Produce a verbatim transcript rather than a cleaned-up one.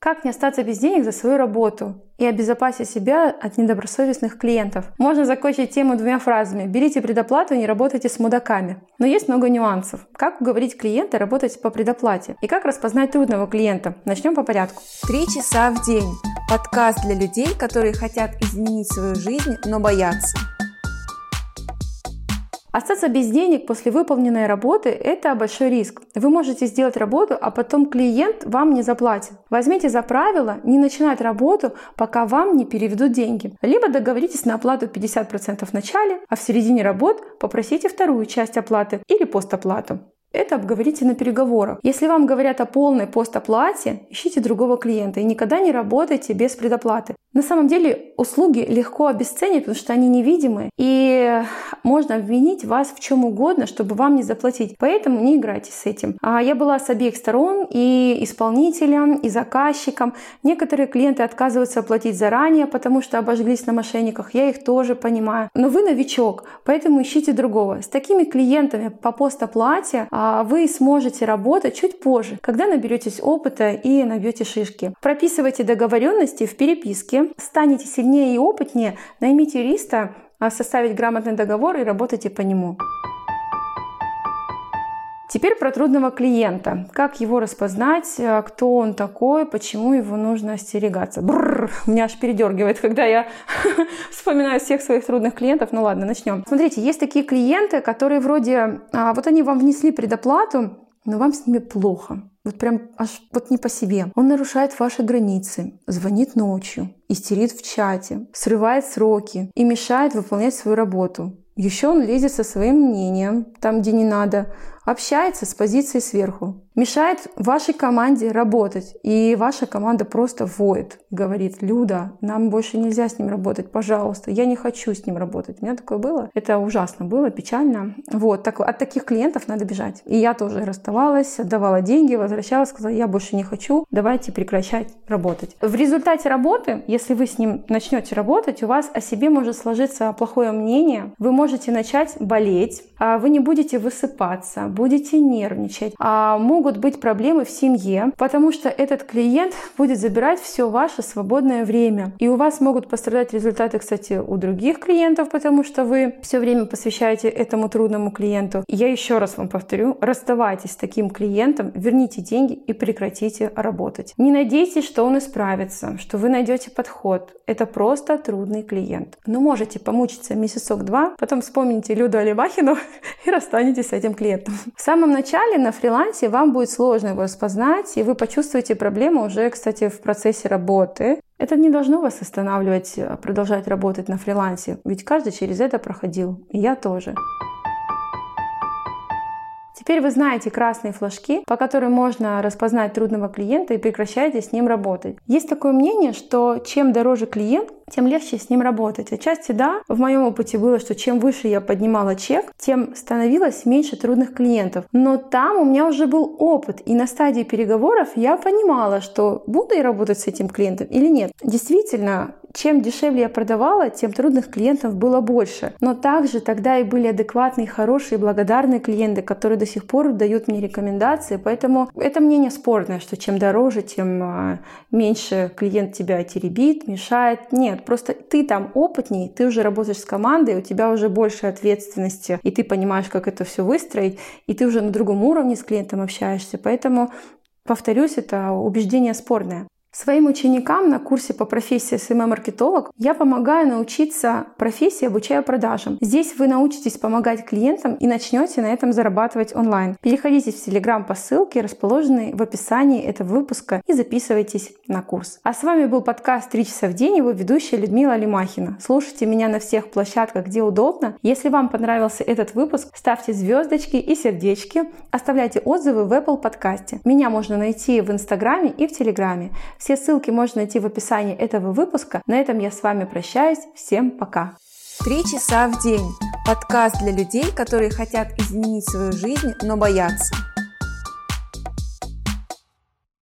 Как не остаться без денег за свою работу и обезопасить себя от недобросовестных клиентов? Можно закончить тему двумя фразами. Берите предоплату и не работайте с мудаками. Но есть много нюансов. Как уговорить клиента работать по предоплате? И как распознать трудного клиента? Начнем по порядку. Три часа в день. Подкаст для людей, которые хотят изменить свою жизнь, но боятся. Остаться без денег после выполненной работы – это большой риск. Вы можете сделать работу, а потом клиент вам не заплатит. Возьмите за правило не начинать работу, пока вам не переведут деньги. Либо договоритесь на оплату пятьдесят процентов в начале, а в середине работ попросите вторую часть оплаты или постоплату. Это обговорите на переговорах. Если вам говорят о полной постоплате, ищите другого клиента и никогда не работайте без предоплаты. На самом деле услуги легко обесценить, потому что они невидимы, и можно обвинить вас в чем угодно, чтобы вам не заплатить. Поэтому не играйте с этим. Я была с обеих сторон, и исполнителем, и заказчиком. Некоторые клиенты отказываются оплатить заранее, потому что обожглись на мошенниках. Я их тоже понимаю. Но вы новичок, поэтому ищите другого. С такими клиентами по постоплате вы сможете работать чуть позже, когда наберетесь опыта и набьете шишки. Прописывайте договоренности в переписке, станете сильнее и опытнее, наймите юриста, составить грамотный договор и работайте по нему. Теперь про трудного клиента. Как его распознать, кто он такой, почему его нужно остерегаться. Бррр, меня аж передергивает, когда я вспоминаю всех своих трудных клиентов. Ну ладно, начнем. Смотрите, есть такие клиенты, которые вроде, вот они вам внесли предоплату, но вам с ними плохо. Вот прям аж вот не по себе. Он нарушает ваши границы, звонит ночью, истерит в чате, срывает сроки и мешает выполнять свою работу. Еще он лезет со своим мнением, там, где не надо, общается с позиции сверху, мешает вашей команде работать. И ваша команда просто воет, говорит: Люда, нам больше нельзя с ним работать, пожалуйста, я не хочу с ним работать. У меня такое было. Это ужасно было, печально. Вот, так, от таких клиентов надо бежать. И я тоже расставалась, отдавала деньги, возвращалась, сказала: я больше не хочу, давайте прекращать работать. В результате работы, если вы с ним начнете работать, у вас о себе может сложиться плохое мнение, вы можете начать болеть, вы не будете высыпаться, будете нервничать, а могут быть проблемы в семье, потому что этот клиент будет забирать все ваше свободное время. И у вас могут пострадать результаты, кстати, у других клиентов, потому что вы все время посвящаете этому трудному клиенту. И я еще раз вам повторю, расставайтесь с таким клиентом, верните деньги и прекратите работать. Не надейтесь, что он исправится, что вы найдете подход. Это просто трудный клиент. Но можете помучиться месяцок-два, потом вспомните Люду Алимахину и расстанетесь с этим клиентом. В самом начале на фрилансе вам будет сложно его распознать, и вы почувствуете проблему уже, кстати, в процессе работы. Это не должно вас останавливать продолжать работать на фрилансе, ведь каждый через это проходил, и я тоже. Теперь вы знаете красные флажки, по которым можно распознать трудного клиента и прекращаете с ним работать. Есть такое мнение, что чем дороже клиент, тем легче с ним работать. Отчасти да, в моем опыте было, что чем выше я поднимала чек, тем становилось меньше трудных клиентов. Но там у меня уже был опыт, и на стадии переговоров я понимала, что буду я работать с этим клиентом или нет. Действительно, чем дешевле я продавала, тем трудных клиентов было больше. Но также тогда и были адекватные, хорошие, благодарные клиенты, которые до сих пор дают мне рекомендации. Поэтому это мнение спорное, что чем дороже, тем меньше клиент тебя теребит, мешает. Нет, просто ты там опытней, ты уже работаешь с командой, у тебя уже больше ответственности, и ты понимаешь, как это все выстроить, и ты уже на другом уровне с клиентом общаешься. Поэтому, повторюсь, это убеждение спорное. Своим ученикам на курсе по профессии эс эм эм-маркетолог я помогаю научиться профессии, обучая продажам. Здесь вы научитесь помогать клиентам и начнете на этом зарабатывать онлайн. Переходите в Telegram по ссылке, расположенной в описании этого выпуска, и записывайтесь на курс. А с вами был подкаст «Три часа в день», его ведущая Людмила Алимахина. Слушайте меня на всех площадках, где удобно. Если вам понравился этот выпуск, ставьте звездочки и сердечки, оставляйте отзывы в Apple подкасте. Меня можно найти в Инстаграме и в Телеграме. Все ссылки можно найти в описании этого выпуска. На этом я с вами прощаюсь. Всем пока! Три часа в день. Подкаст для людей, которые хотят изменить свою жизнь, но боятся.